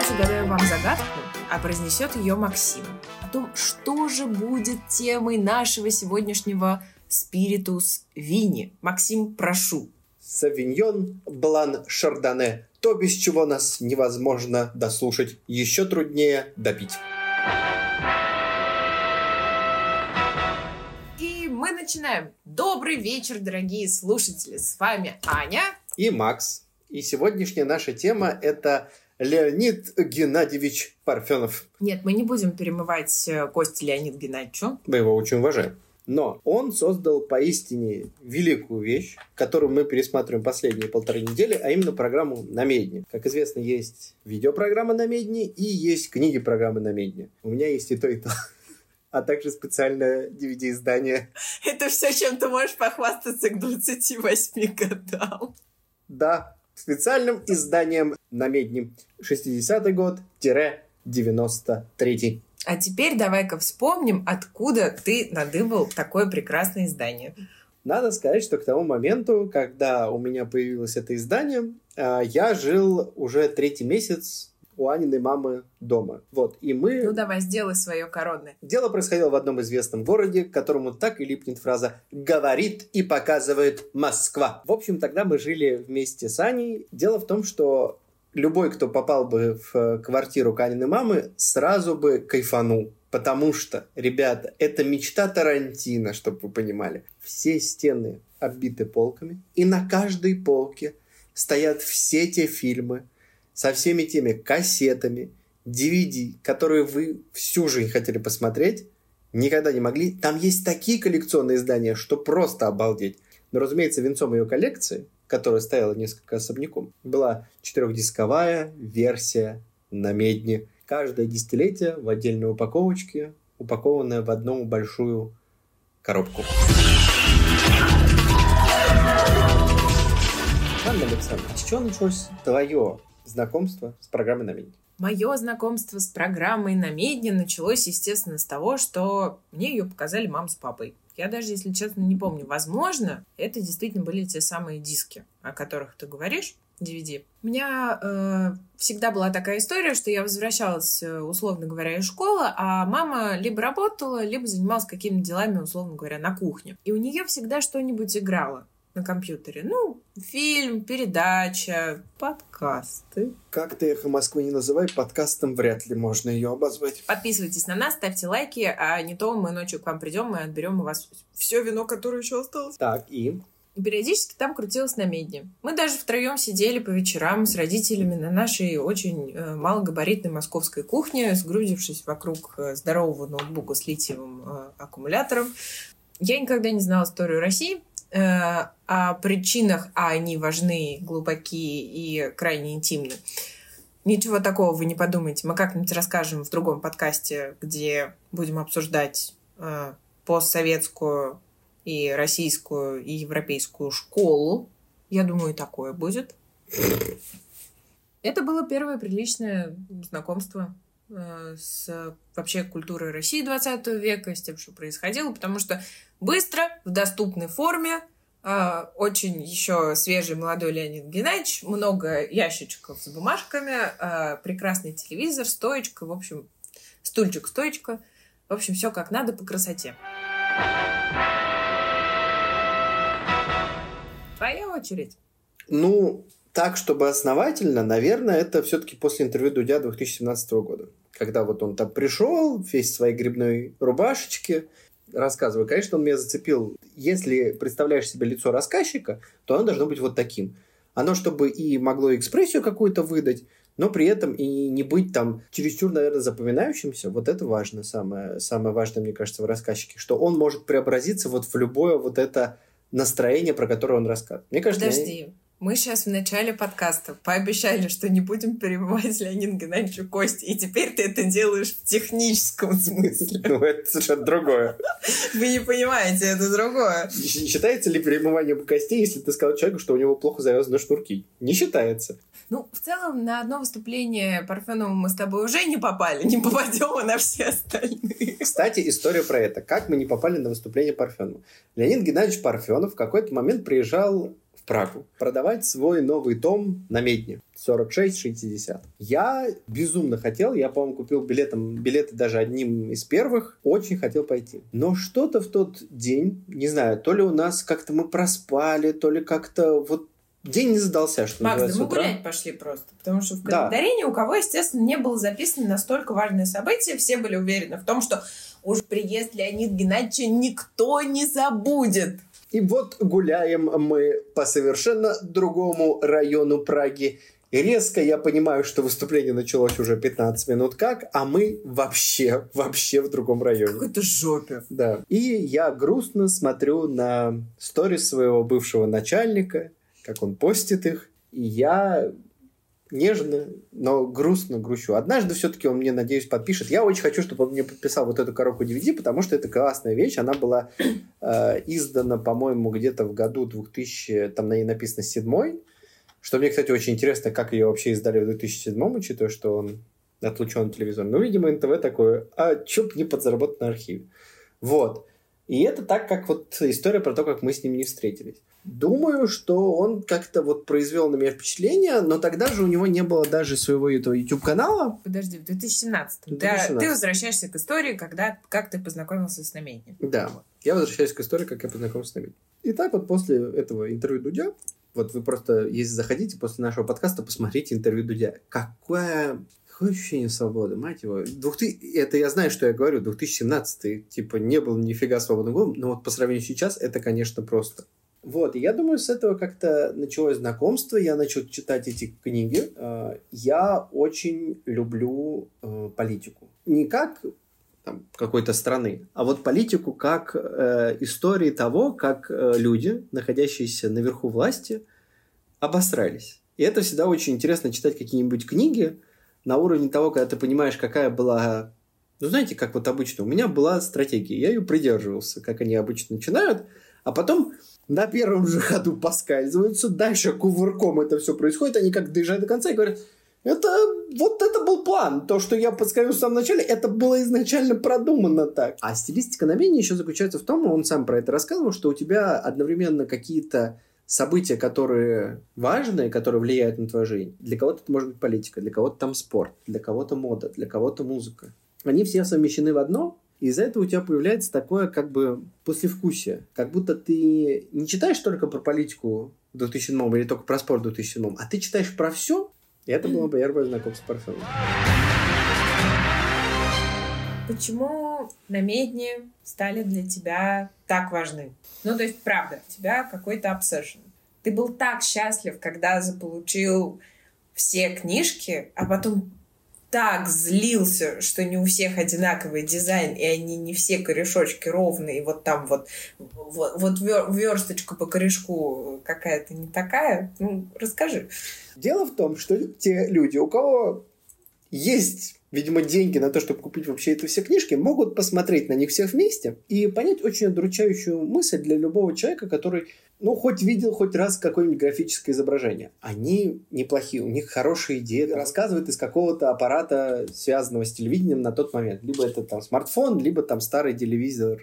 загадаю вам загадку, а произнесет ее Максим. О том, что же будет темой нашего сегодняшнего спиритус вини. Максим, прошу. Савиньон, Блан, Шардоне. То, без чего нас невозможно дослушать, еще труднее допить. И мы начинаем. Добрый вечер, дорогие слушатели. С вами Аня и Макс. И сегодняшняя наша тема – это Леонид Геннадьевич Парфенов. Нет, мы не будем перемывать кости Леониду Геннадьевичу. Мы его очень уважаем. Но он создал поистине великую вещь, которую мы пересматриваем последние 1,5 недели, а именно программу «Намедни». Как известно, есть видеопрограмма «Намедни» и есть книги программы «Намедни». У меня есть и то, и то. А также специальное DVD-издание. Это все, чем ты можешь похвастаться к 28 годам. Да, специальным изданием «Намедни». 60-й год-93-й. А теперь давай-ка вспомним, откуда ты надыбал такое прекрасное издание. Надо сказать, что к тому моменту, когда у меня появилось это издание, я жил уже 3-й месяц у Аниной мамы дома. Вот, и мы... Ну давай, сделай свое коронное. Дело происходило в одном известном городе, к которому так и липнет фраза «говорит и показывает Москва». В общем, тогда мы жили вместе с Аней. Дело в том, что любой, кто попал бы в квартиру к Аниной мамы, сразу бы кайфанул. Потому что, ребята, это мечта Тарантино, чтобы вы понимали. Все стены оббиты полками, и на каждой полке стоят все те фильмы со всеми теми кассетами, DVD, которые вы всю жизнь хотели посмотреть, никогда не могли. Там есть такие коллекционные издания, что просто обалдеть. Но, разумеется, венцом ее коллекции, которая стояла несколько особняком, была 4-дисковая версия «Намедни». Каждое десятилетие в отдельной упаковочке, упакованная в одну большую коробку. Анна Александровна, с чего началось твое знакомство с программой «Намедни»? Мое знакомство с программой «Намедни» началось, естественно, с того, что мне ее показали мама с папой. Я даже, если честно, не помню. Возможно, это действительно были те самые диски, о которых ты говоришь, DVD. У меня всегда была такая история, что я возвращалась, условно говоря, из школы, а мама либо работала, либо занималась какими-то делами, условно говоря, на кухне. И у нее всегда что-нибудь играло на компьютере. Ну, фильм, передача, подкасты. Как ты «Эхо Москвы» не называй, подкастом вряд ли можно ее обозвать. Подписывайтесь на нас, ставьте лайки, а не то мы ночью к вам придем и отберем у вас все вино, которое еще осталось. Так, и периодически там крутилось «Намедни». Мы даже втроем сидели по вечерам с родителями на нашей очень малогабаритной московской кухне, сгрудившись вокруг здорового ноутбука с литиевым аккумулятором. Я никогда не знала историю России. О причинах, а они важны, глубокие и крайне интимны. Ничего такого вы не подумайте. Мы как-нибудь расскажем в другом подкасте, где будем обсуждать постсоветскую и российскую, и европейскую школу. Я думаю, и такое будет. Это было первое приличное знакомство с вообще культурой России 20 века, с тем, что происходило, потому что быстро, в доступной форме, очень еще свежий молодой Леонид Геннадьевич, много ящичков с бумажками, прекрасный телевизор, стоечка, в общем, стульчик-стоечка, в общем, все как надо по красоте. Твоя очередь. Ну, так, чтобы основательно, наверное, это все-таки после интервью Дудя 2017 года. Когда вот он там пришел, весь в своей грибной рубашечке, рассказываю. Конечно, он меня зацепил. Если представляешь себе лицо рассказчика, то оно должно быть вот таким. Оно, чтобы и могло экспрессию какую-то выдать, но при этом и не быть там чересчур, наверное, запоминающимся. Вот это важно, самое важное, мне кажется, в рассказчике, что он может преобразиться вот в любое вот это настроение, про которое он рассказывает. Мне кажется, подожди. Мы сейчас в начале подкаста пообещали, что не будем перебивать Леониду Геннадьевичу кости, и теперь ты это делаешь в техническом смысле. Ну, это совершенно другое. Вы не понимаете, это другое. Считается ли перемыванием костей, если ты сказал человеку, что у него плохо завязаны шнурки? Не считается. Ну, в целом, на одно выступление Парфенова мы с тобой уже не попали, не попадем и на все остальные. Кстати, история про это. Как мы не попали на выступление Парфенова. Леонид Геннадьевич Парфенов в какой-то момент приезжал в Прагу продавать свой новый том на Медне 46-60. Я безумно хотел, я, по-моему, купил билеты даже одним из первых, очень хотел пойти. Но что-то в тот день, не знаю, то ли у нас как-то мы проспали, то ли как-то вот день не задался, что Макс, называется, да мы утра. гулять пошли просто. Потому что в календаре ни у кого, естественно, не было записано настолько важное событие. Все были уверены в том, что уж приезд Леонида Геннадьевича никто не забудет. И вот гуляем мы по совершенно другому району Праги. И резко я понимаю, что выступление началось уже 15 минут как, а мы вообще в другом районе. В какой-то жопе. Да. И я грустно смотрю на сторис своего бывшего начальника, как он постит их, и я нежно, но грустно грущу. Однажды все-таки он мне, надеюсь, подпишет. Я очень хочу, чтобы он мне подписал вот эту коробку DVD, потому что это классная вещь. Она была издана, по-моему, где-то в году 2000, там на ней написано 7-й. Что мне, кстати, очень интересно, как ее вообще издали в 2007-м, учитывая, что он отлучен телевизор. Ну, видимо, НТВ такое, а чё б не подзаработать на архиве. Вот. И это так, как вот история про то, как мы с ним не встретились. Думаю, что он как-то вот произвел на меня впечатление, но тогда же у него не было даже своего этого YouTube-канала. Подожди, в 2017-м. Да, ты возвращаешься к истории, как ты познакомился с Намедни. Да, я возвращаюсь к истории, как я познакомился с Намедни. И так вот после этого интервью Дудя, вот вы просто, если заходите после нашего подкаста, посмотрите интервью Дудя. Какое ощущение свободы, мать его. Это я знаю, что я говорю, 2017 типа не был нифига свободным годом, но вот по сравнению сейчас это, конечно, просто. Вот, и я думаю, с этого как-то началось знакомство, я начал читать эти книги. Я очень люблю политику. Не как там, какой-то страны, а вот политику как истории того, как люди, находящиеся наверху власти, обосрались. И это всегда очень интересно читать какие-нибудь книги на уровне того, когда ты понимаешь, какая была... Ну, знаете, как вот обычно. У меня была стратегия, я ее придерживался, как они обычно начинают, а потом на первом же ходу поскальзываются, дальше кувырком это все происходит, они как доезжают до конца и говорят, это был план. То, что я подсказал в самом начале, это было изначально продумано так. А стилистика Намедни еще заключается в том, он сам про это рассказывал, что у тебя одновременно какие-то события, которые важные, которые влияют на твою жизнь. Для кого-то это может быть политика, для кого-то там спорт, для кого-то мода, для кого-то музыка. Они все совмещены в одно, и из-за этого у тебя появляется такое как бы послевкусие. Как будто ты не читаешь только про политику в 2007 или только про спорт в 2007, а ты читаешь про все. И это было бы первое знакомство с парфюмом. Почему Намедни стали для тебя так важны? Ну, то есть, правда, у тебя какой-то обсессион. Ты был так счастлив, когда заполучил все книжки, а потом так злился, что не у всех одинаковый дизайн, и они не все корешочки ровные, и вот там вот версточка по корешку какая-то не такая. Ну, расскажи. Дело в том, что те люди, у кого есть, видимо, деньги на то, чтобы купить вообще эти все книжки, могут посмотреть на них всех вместе и понять очень удручающую мысль для любого человека, который, ну, хоть видел хоть раз какое-нибудь графическое изображение. Они неплохие, у них хорошие идеи, рассказывают из какого-то аппарата, связанного с телевидением на тот момент. Либо это там смартфон, либо там старый телевизор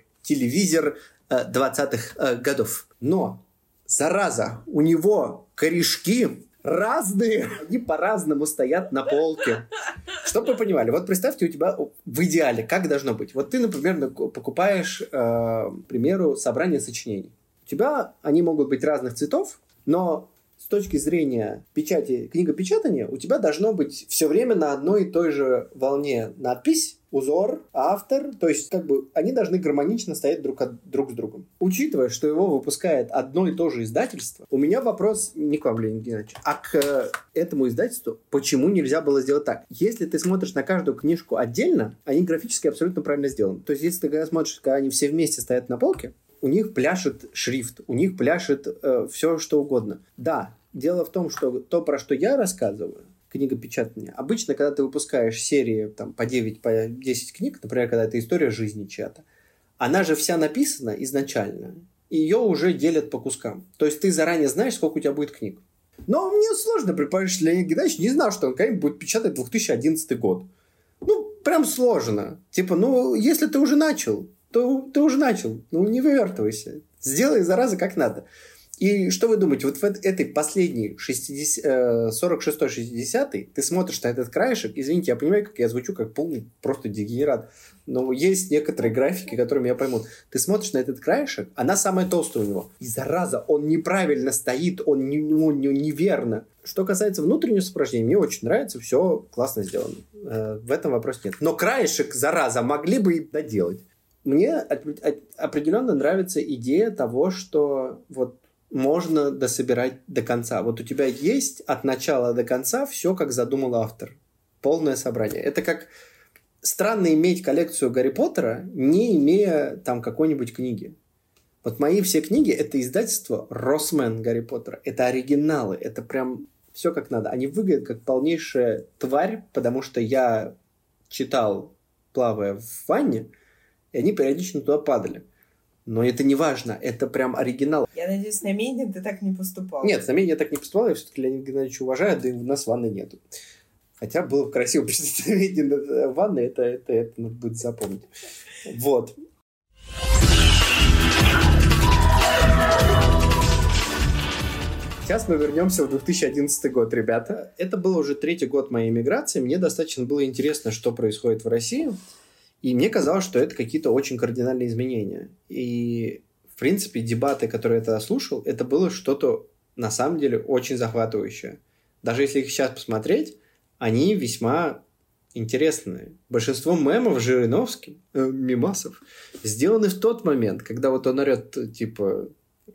20-х годов. Но, зараза, у него корешки разные, они по-разному стоят на полке. Чтобы вы понимали, вот представьте, у тебя в идеале как должно быть. Вот ты, например, покупаешь, к примеру, собрание сочинений. У тебя они могут быть разных цветов, но с точки зрения печати, книгопечатания, у тебя должно быть все время на одной и той же волне надпись, узор, автор. То есть, как бы, они должны гармонично стоять друг с другом. Учитывая, что его выпускает одно и то же издательство, у меня вопрос не к вам, Леонид Геннадьевич, а к этому издательству, почему нельзя было сделать так? Если ты смотришь на каждую книжку отдельно, они графически абсолютно правильно сделаны. То есть, если ты когда смотришь, когда они все вместе стоят на полке, у них пляшет шрифт, у них пляшет все, что угодно. Да, дело в том, что то, про что я рассказываю, книгопечатание, обычно, когда ты выпускаешь серии там, по 9, по 10 книг, например, когда это история жизни чья-то, она же вся написана изначально, и ее уже делят по кускам. То есть ты заранее знаешь, сколько у тебя будет книг. Но мне сложно предположить, что Леонид Геннадьевич не знал, что он когда-нибудь будет печатать 2011 год. Ну, прям сложно. Типа, ну, если ты уже начал, то ты уже начал. Ну, не вывертывайся. Сделай, зараза, как надо. И что вы думаете, вот в этой последней 46-й, 60-й ты смотришь на этот краешек, извините, я понимаю, как я звучу как полный просто дегенерат, но есть некоторые графики, которые меня поймут. Ты смотришь на этот краешек, она самая толстая у него. И зараза, он неправильно стоит, он неверно. Что касается внутреннего сопровождения, мне очень нравится, все классно сделано. В этом вопрос нет. Но краешек, зараза, могли бы и доделать. Мне определенно нравится идея того, что вот можно дособирать до конца. Вот у тебя есть от начала до конца все, как задумал автор. Полное собрание. Это как странно иметь коллекцию Гарри Поттера, не имея там какой-нибудь книги. Вот мои все книги — это издательство Росмен Гарри Поттера. Это оригиналы. Это прям все как надо. Они выглядят как полнейшая тварь, потому что я читал, плавая в ванне, и они периодично туда падали. Но это не важно, это прям оригинал. Я надеюсь, на Медне ты так не поступал. Нет, на Медне я так не поступал, я все-таки Леонида Геннадьевича уважаю, да и у нас ванны нету. Хотя было бы красиво представить на Медне ванны, это надо будет запомнить. Вот. Сейчас мы вернемся в 2011 год, ребята. Это был уже 3-й год моей эмиграции. Мне достаточно было интересно, что происходит в России. И мне казалось, что это какие-то очень кардинальные изменения. И, в принципе, дебаты, которые я тогда слушал, это было что-то, на самом деле, очень захватывающее. Даже если их сейчас посмотреть, они весьма интересные. Большинство мемов Жириновским, мемасов, сделаны в тот момент, когда вот он орет, типа,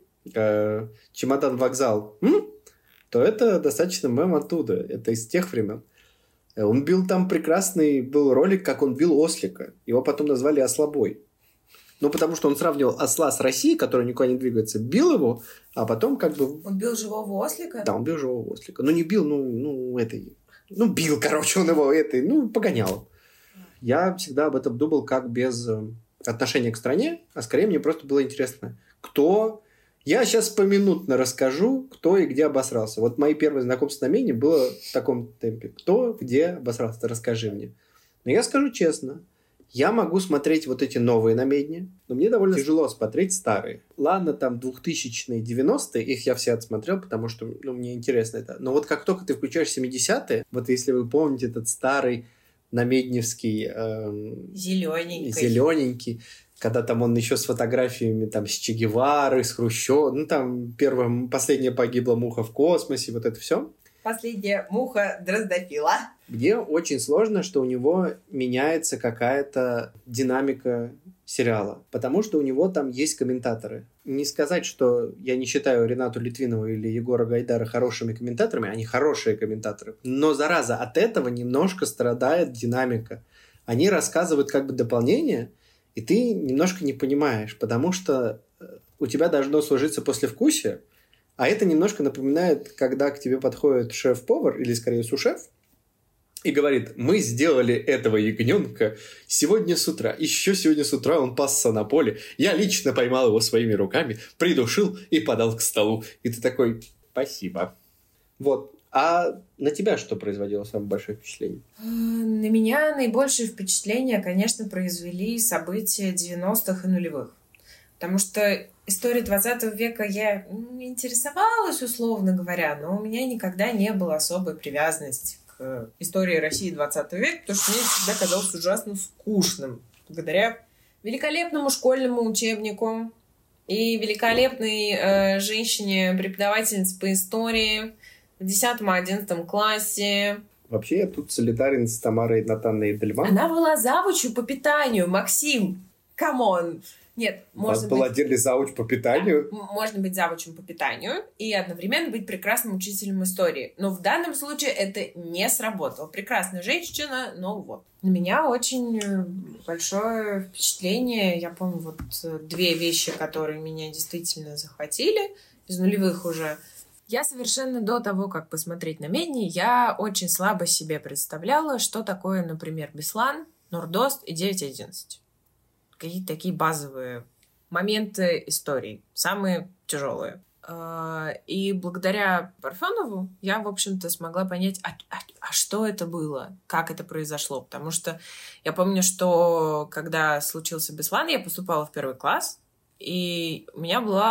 чемодан-вокзал, то это достаточно мем оттуда. Это из тех времен. Он бил там прекрасный был ролик, как он бил ослика. Его потом назвали Ослобой. Ну, потому что он сравнивал осла с Россией, который никуда не двигается, бил его, а потом как бы... Он бил живого ослика? Да, он бил живого ослика. Ну, не бил, бил, короче, он его погонял. Я всегда об этом думал как без отношения к стране, а скорее мне просто было интересно, кто... Я сейчас поминутно расскажу, кто и где обосрался. Вот мои первые знакомства на Медне было в таком темпе. Кто где обосрался, расскажи мне. Но я скажу честно, я могу смотреть вот эти новые на Медне, но мне довольно тяжело смотреть старые. Ладно, там 2000-е, 90-е, их я все отсмотрел, потому что мне интересно это. Но вот как только ты включаешь 70-е, вот если вы помните этот старый намедневский... Зелененький. Когда там он еще с фотографиями там, с Че Гевары, с Хрущевым, там последняя погибла муха в космосе, вот это все. Последняя муха Дроздофила. Где очень сложно, что у него меняется какая-то динамика сериала, потому что у него там есть комментаторы. Не сказать, что я не считаю Ренату Литвинову или Егора Гайдара хорошими комментаторами, они хорошие комментаторы. Но, зараза, от этого немножко страдает динамика. Они рассказывают как бы дополнение, и ты немножко не понимаешь, потому что у тебя должно сложиться послевкусие, а это немножко напоминает, когда к тебе подходит шеф-повар, или скорее су-шеф, и говорит, мы сделали этого ягненка сегодня с утра. Еще сегодня с утра он пасся на поле. Я лично поймал его своими руками, придушил и подал к столу. И ты такой, спасибо. Вот. А на тебя что производило самое большое впечатление? На меня наибольшее впечатление, конечно, произвели события 90-х и нулевых. Потому что историей 20 века я интересовалась, условно говоря, но у меня никогда не было особой привязанности к истории России 20 века, потому что мне всегда казалось ужасно скучным. Благодаря великолепному школьному учебнику и великолепной женщине-преподавательнице по истории в 10-11 классе. Вообще, я тут солидарен с Тамарой Натанной Эдельман. Она была завучью по питанию, Максим. Камон. Нет, можно быть... У вас был отдельный завуч по питанию? Да, можно быть завучем по питанию и одновременно быть прекрасным учителем истории. Но в данном случае это не сработало. Прекрасная женщина, но вот. На меня очень большое впечатление. Я помню вот 2 вещи, которые меня действительно захватили. Из нулевых уже. Я совершенно до того, как посмотреть на Медне, я очень слабо себе представляла, что такое, например, Беслан, Нордост и 9.11. Какие-то такие базовые моменты истории, самые тяжелые. И благодаря Парфенову я, в общем-то, смогла понять, а что это было, как это произошло. Потому что я помню, что когда случился Беслан, я поступала в 1 класс, и у меня была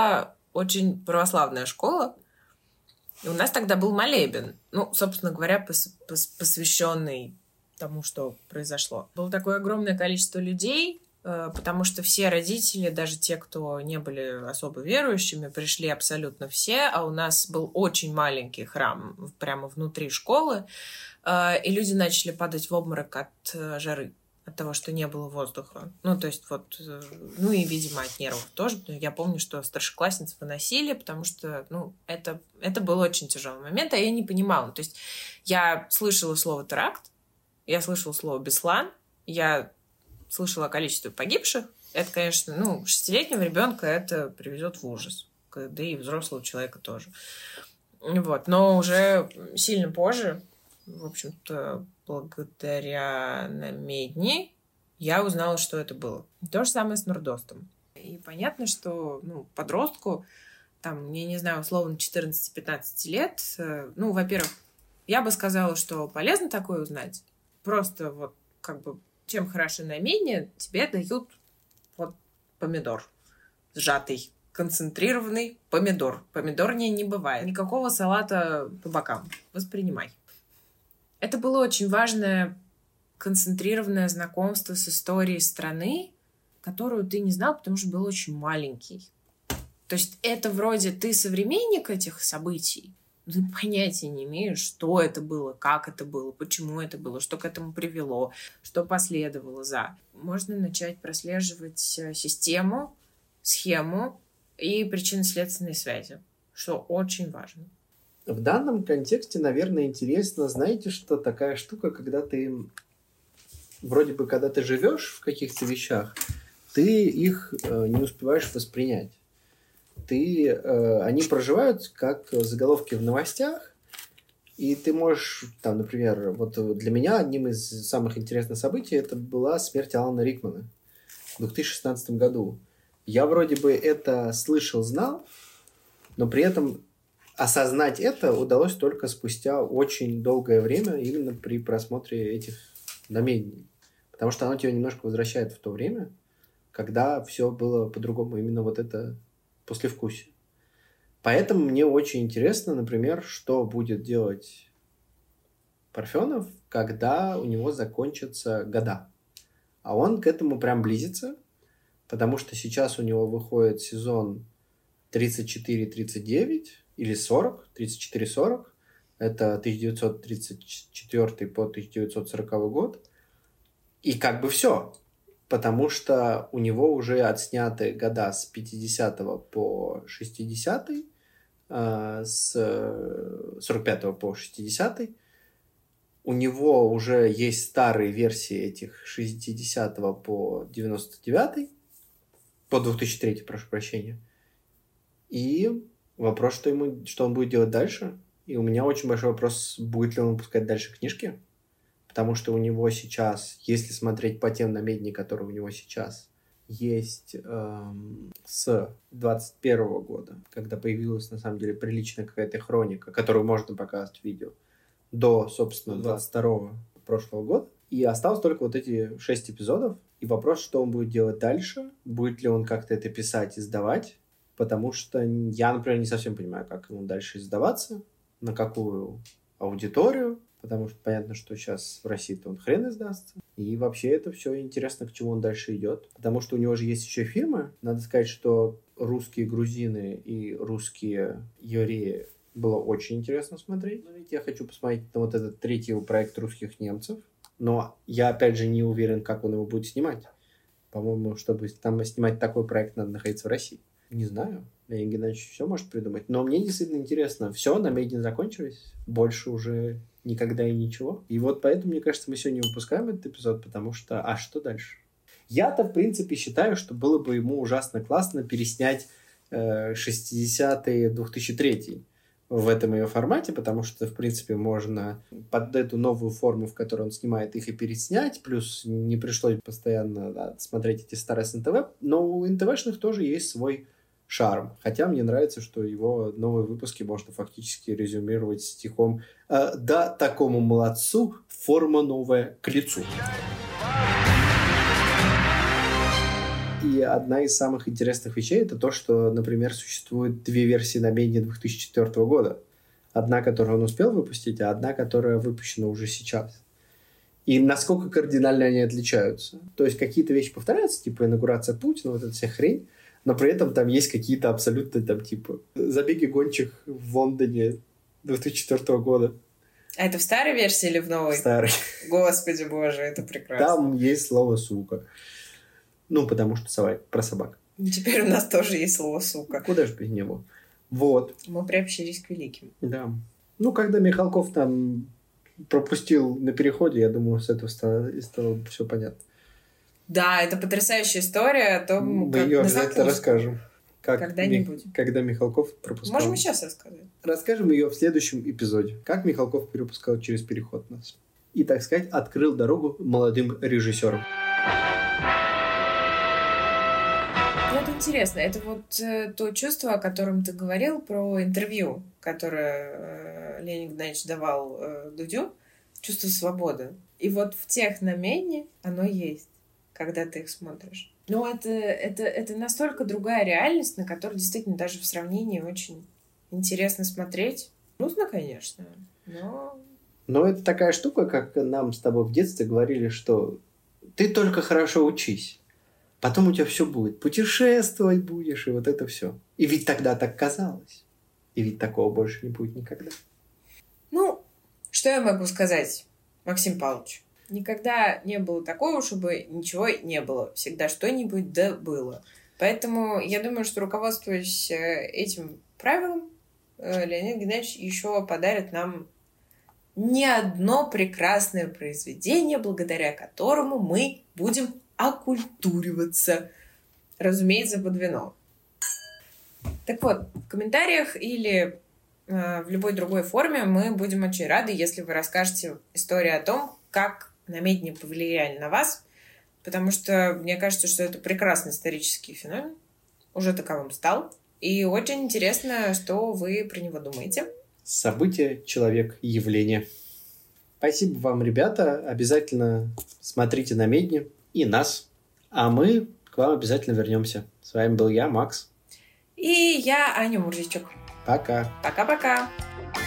очень православная школа. И у нас тогда был молебен. Ну, собственно говоря, посвященный тому, что произошло. Было такое огромное количество людей, потому что все родители, даже те, кто не были особо верующими, пришли абсолютно все, а у нас был очень маленький храм прямо внутри школы, и люди начали падать в обморок от жары, от того, что не было воздуха. Ну, то есть вот, ну и, видимо, от нервов тоже. Я помню, что старшеклассниц выносили, потому что, ну, это был очень тяжелый момент, а я не понимала. То есть я слышала слово «теракт», я слышала слово «Беслан», я слышала о количестве погибших. Это, конечно, ну, 6-летнего ребенка это приведет в ужас. Да и взрослого человека тоже. Вот. Но уже сильно позже, в общем-то, благодаря намедни, я узнала, что это было. То же самое с Нордостом. И понятно, что, ну, подростку, там, я не знаю, условно, 14-15 лет, ну, во-первых, я бы сказала, что полезно такое узнать. Просто вот как бы чем хороши намедни, тебе дают вот помидор сжатый, концентрированный помидор. Помидорнее не бывает. Никакого салата по бокам. Воспринимай. Это было очень важное концентрированное знакомство с историей страны, которую ты не знал, потому что был очень маленький. То есть это вроде ты современник этих событий, но ты понятия не имеешь, что это было, как это было, почему это было, что к этому привело, что последовало за. Можно начать прослеживать систему, схему и причинно-следственные связи, что очень важно. В данном контексте, наверное, интересно, знаете, что такая штука, когда ты вроде бы, когда ты живешь в каких-то вещах, ты их не успеваешь воспринять. Они проживают как заголовки в новостях, и ты можешь, там, например, вот для меня одним из самых интересных событий это была смерть Алана Рикмана в 2016 году. Я вроде бы это слышал, знал, но при этом осознать это удалось только спустя очень долгое время, именно при просмотре этих намедней. Потому что оно тебя немножко возвращает в то время, когда все было по-другому. Именно вот это послевкусие. Поэтому мне очень интересно, например, что будет делать Парфенов, когда у него закончатся года. А он к этому прям близится, потому что сейчас у него выходит сезон 34-39 или 40, 34-40. Это 1934 по 1940 год. И как бы все. Потому что у него уже отсняты года с 50 по 60, с 45 по 60. У него уже есть старые версии этих 60 по 99, по 2003, прошу прощения. И вопрос, что он будет делать дальше. И у меня очень большой вопрос, будет ли он выпускать дальше книжки. Потому что у него сейчас, если смотреть по тем намедни, которые у него сейчас есть с 21 года, когда появилась, на самом деле, приличная какая-то хроника, которую можно показывать в видео, до, собственно, 22 прошлого года. И осталось только вот эти 6 эпизодов. И вопрос, что он будет делать дальше, будет ли он как-то это писать и сдавать, потому что я, например, не совсем понимаю, как ему дальше издаваться, на какую аудиторию, потому что понятно, что сейчас в России-то он хрен издастся. И вообще это все интересно, к чему он дальше идет. Потому что у него же есть еще фильмы. Надо сказать, что русские грузины и русские евреи было очень интересно смотреть. Но ведь я хочу посмотреть на вот этот третий проект русских немцев. Но я, опять же, не уверен, как он его будет снимать. По-моему, чтобы там снимать такой проект, надо находиться в России. Не знаю. Леонид Геннадьевич все может придумать. Но мне действительно интересно. Все, намедни закончились. Больше уже никогда и ничего. И вот поэтому, мне кажется, мы сегодня выпускаем этот эпизод, потому что... А что дальше? Я-то, в принципе, считаю, что было бы ему ужасно классно переснять 60-е 2003 в этом ее формате, потому что, в принципе, можно под эту новую форму, в которой он снимает, их и переснять, плюс не пришлось постоянно смотреть эти старые с НТВ, но у НТВшных тоже есть свой шарм. Хотя мне нравится, что его новые выпуски можно фактически резюмировать стихом «Да, такому молодцу форма новая к лицу». И И одна из самых интересных вещей это то, что, например, существует две версии намедни 2004 года. Одна, которую он успел выпустить, а одна, которая выпущена уже сейчас. И насколько кардинально они отличаются. То есть какие-то вещи повторяются, типа инаугурация Путина, вот эта вся хрень, но при этом там есть какие-то абсолютно там типа забеги гонщик в Лондоне 2004 года. А это в старой версии или в новой? В старой. Господи боже, это прекрасно. Там есть слово «сука». Ну, потому что про собак. Теперь у нас тоже есть слово «сука». Куда же без него? Вот. Мы приобщились к великим. Да. Ну, когда Михалков там пропустил на переходе, я думаю, с этого стало все понятно. Да, это потрясающая история о том, Мы как ее на обязательно закуску. расскажем. Когда-нибудь. Когда Михалков пропускал. Можем и сейчас рассказать. Расскажем ее в следующем эпизоде. Как Михалков перепускал через переход нас. И, так сказать, открыл дорогу молодым режиссерам. Это интересно. Это вот то чувство, о котором ты говорил, про интервью, которое Леонид Геннадьевич давал Дудю. Чувство свободы. И вот в тех намедни оно есть, когда ты их смотришь. Но это настолько другая реальность, на которую действительно даже в сравнении очень интересно смотреть. Грустно, конечно, но... Но это такая штука, как нам с тобой в детстве говорили, что ты только хорошо учись. Потом у тебя все будет. Путешествовать будешь, и вот это все. И ведь тогда так казалось. И ведь такого больше не будет никогда. Ну, что я могу сказать, Максим Павлович? Никогда не было такого, чтобы ничего не было. Всегда что-нибудь да было. Поэтому я думаю, что, руководствуясь этим правилом, Леонид Геннадьевич еще подарит нам не одно прекрасное произведение, благодаря которому мы будем окультуриваться. Разумеется, под вино. Так вот, в комментариях или в любой другой форме мы будем очень рады, если вы расскажете историю о том, как намедни повлияли на вас, потому что мне кажется, что это прекрасный исторический феномен, уже таковым стал, и очень интересно, что вы про него думаете. Событие, человек, явление. Спасибо вам, ребята. Обязательно смотрите намедни и нас. А мы к вам обязательно вернемся. С вами был я, Макс. И я, Аня Мурзичук. Пока. Пока-пока.